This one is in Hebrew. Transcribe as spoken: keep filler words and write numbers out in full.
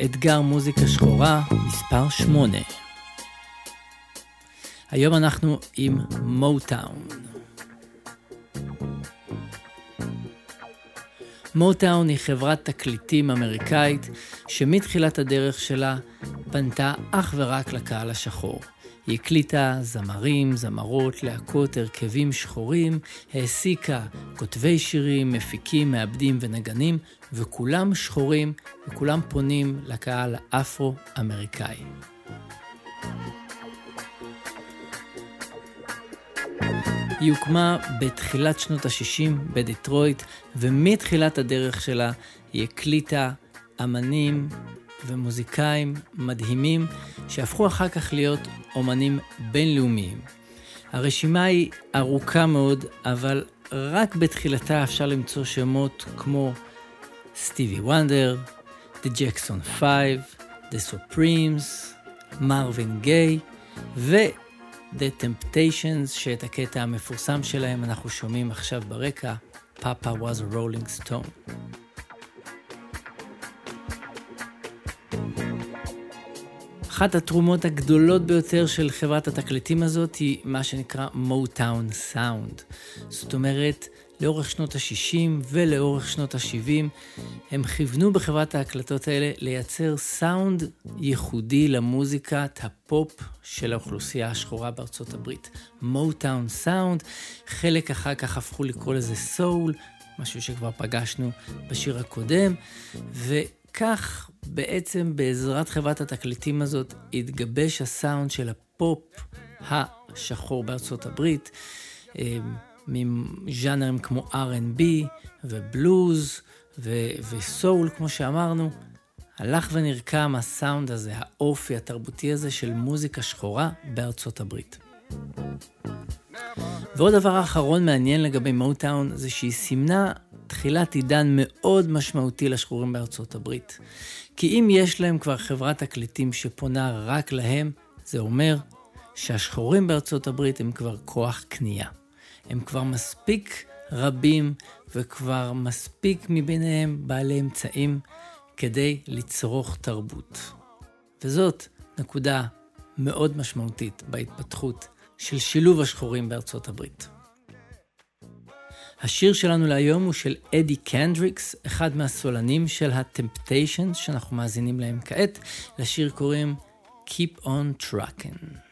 אתגר מוזיקה שחורה מספר שמונה. היום אנחנו עם מוטאון. מוטאון היא חברת תקליטים אמריקאית שמתחילת הדרך שלה פנתה אך ורק לקהל השחור. היא הקליטה זמרים, זמרות, להקות, הרכבים שחורים, העסיקה כותבי שירים, מפיקים, מעבדים ונגנים, וכולם שחורים וכולם פונים לקהל האפרו-אמריקאי. היא הוקמה בתחילת שנות ה-שישים בדטרויט, ומתחילת הדרך שלה היא הקליטה אמנים ומוזיקאים מדהימים שהפכו אחר כך להיות אומנים בינלאומיים. הרשימה היא ארוכה מאוד, אבל רק בתחילתה אפשר למצוא שמות כמו סטיבי וונדר, The Jackson five, The Supremes, מרווין גיי ו The Temptations, שאת הקטע המפורסם שלהם אנחנו שומעים עכשיו ברקע, Papa was a Rolling Stone. אחת התרומות הגדולות ביותר של חברת התקליטים הזאת היא מה שנקרא Motown Sound. זאת אומרת, לאורך שנות ה-שישים ולאורך שנות ה-שבעים, הם כיוונו בחברת ההקלטות האלה לייצר סאונד ייחודי למוזיקת הפופ של האוכלוסייה השחורה בארצות הברית. Motown Sound, חלק אחר כך הפכו לקרוא לזה סול, משהו שכבר פגשנו בשיר הקודם, וכך בעצם בעזרת חברת התקליטים הזאת התגבש הסאונד של הפופ השחור בארצות הברית, מז'אנרים כמו אר אנד בי ובלוז ו- וסול, כמו שאמרנו. הלך ונרקם הסאונד הזה, האופי התרבותי הזה של מוזיקה שחורה בארצות הברית. ועוד דבר האחרון מעניין לגבי מוטאון זה שהיא סימנה תחילת עידן מאוד משמעותי לשחורים בארצות הברית. כי אם יש להם כבר חברת תקליטים שפונה רק להם, זה אומר שהשחורים בארצות הברית הם כבר כוח קנייה. הם כבר מספיק רבים וכבר מספיק מביניהם בעלי אמצעים כדי לצרוך תרבות. וזאת נקודה מאוד משמעותית בהתפתחות של שילוב השחורים בארצות הברית. השיר שלנו להיום הוא של אדי קנדריקס, אחד מהסולנים של ה-Temptations שאנחנו מאזינים להם כעת. לשיר קוראים Keep on Truckin'.